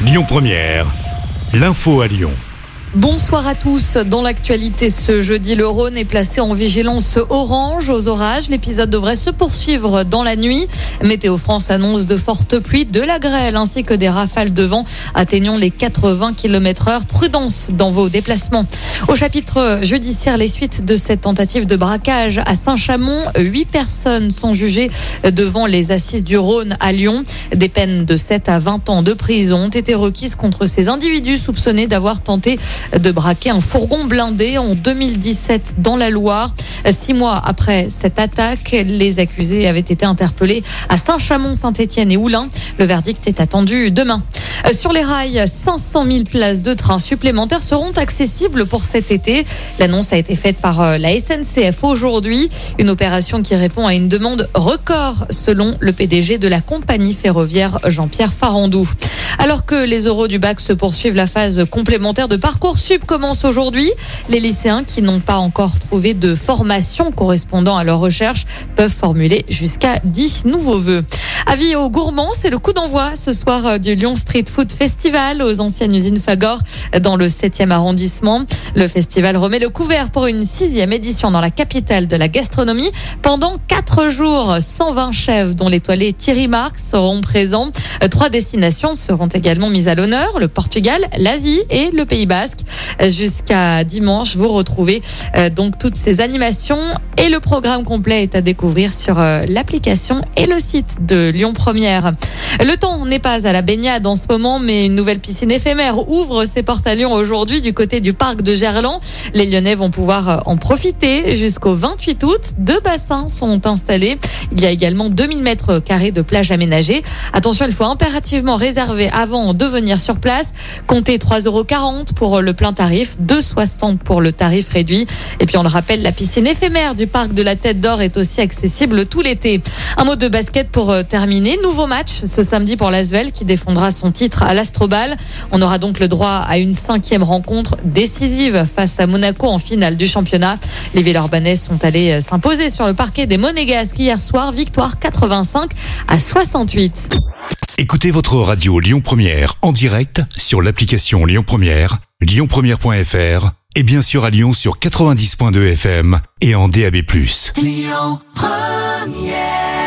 Lyon Première, l'info à Lyon. Bonsoir à tous. Dans l'actualité ce jeudi, le Rhône est placé en vigilance orange aux orages. L'épisode devrait se poursuivre dans la nuit. Météo France annonce de fortes pluies, de la grêle ainsi que des rafales de vent atteignant les 80 km/h. Prudence dans vos déplacements. Au chapitre judiciaire, les suites de cette tentative de braquage à Saint-Chamond. 8 personnes sont jugées devant les assises du Rhône à Lyon. Des peines de 7 à 20 ans de prison ont été requises contre ces individus soupçonnés d'avoir tenté de braquer un fourgon blindé en 2017 dans la Loire. 6 mois après cette attaque, les accusés avaient été interpellés à Saint-Chamond, Saint-Étienne et Oulin. Le verdict est attendu demain. Sur les rails, 500 000 places de train supplémentaires seront accessibles pour cet été. L'annonce a été faite par la SNCF aujourd'hui. Une opération qui répond à une demande record selon le PDG de la compagnie ferroviaire Jean-Pierre Farandou. Alors que les oraux du bac se poursuivent, la phase complémentaire de Parcoursup commence aujourd'hui. Les lycéens qui n'ont pas encore trouvé de formation correspondant à leur recherche peuvent formuler jusqu'à 10 nouveaux vœux. Avis aux gourmands, c'est le coup d'envoi ce soir du Lyon Street Food Festival aux anciennes usines Fagor dans le 7e arrondissement. Le festival remet le couvert pour une 6e édition dans la capitale de la gastronomie. Pendant 4 jours, 120 chefs dont l'étoilé Thierry Marx seront présents. 3 destinations seront également mises à l'honneur, le Portugal, l'Asie et le Pays Basque. Jusqu'à dimanche, vous retrouvez donc toutes ces animations et le programme complet est à découvrir sur l'application et le site de Lyon Première. Le temps n'est pas à la baignade en ce moment, mais une nouvelle piscine éphémère ouvre ses portes à Lyon aujourd'hui du côté du parc de Gerland. Les Lyonnais vont pouvoir en profiter jusqu'au 28 août. 2 bassins sont installés. Il y a également 2000 mètres carrés de plage aménagée. Attention, il faut impérativement réserver avant de venir sur place. Comptez 3,40 € pour le plein tarif, 2,60 € pour le tarif réduit. Et puis on le rappelle, la piscine éphémère du parc de la Tête d'Or est aussi accessible tout l'été. Un mot de basket pour terminer. Nouveau match ce samedi pour l'Asvel qui défendra son titre à l'Astrobal. On aura donc le droit à une 5e rencontre décisive face à Monaco en finale du championnat. Les Villeurbanais sont allés s'imposer sur le parquet des Monégasques hier soir. Victoire 85-68. Écoutez votre radio Lyon Première en direct sur l'application Lyon Première, lyonpremière.fr et bien sûr à Lyon sur 90.2 FM et en DAB+. Lyon Première.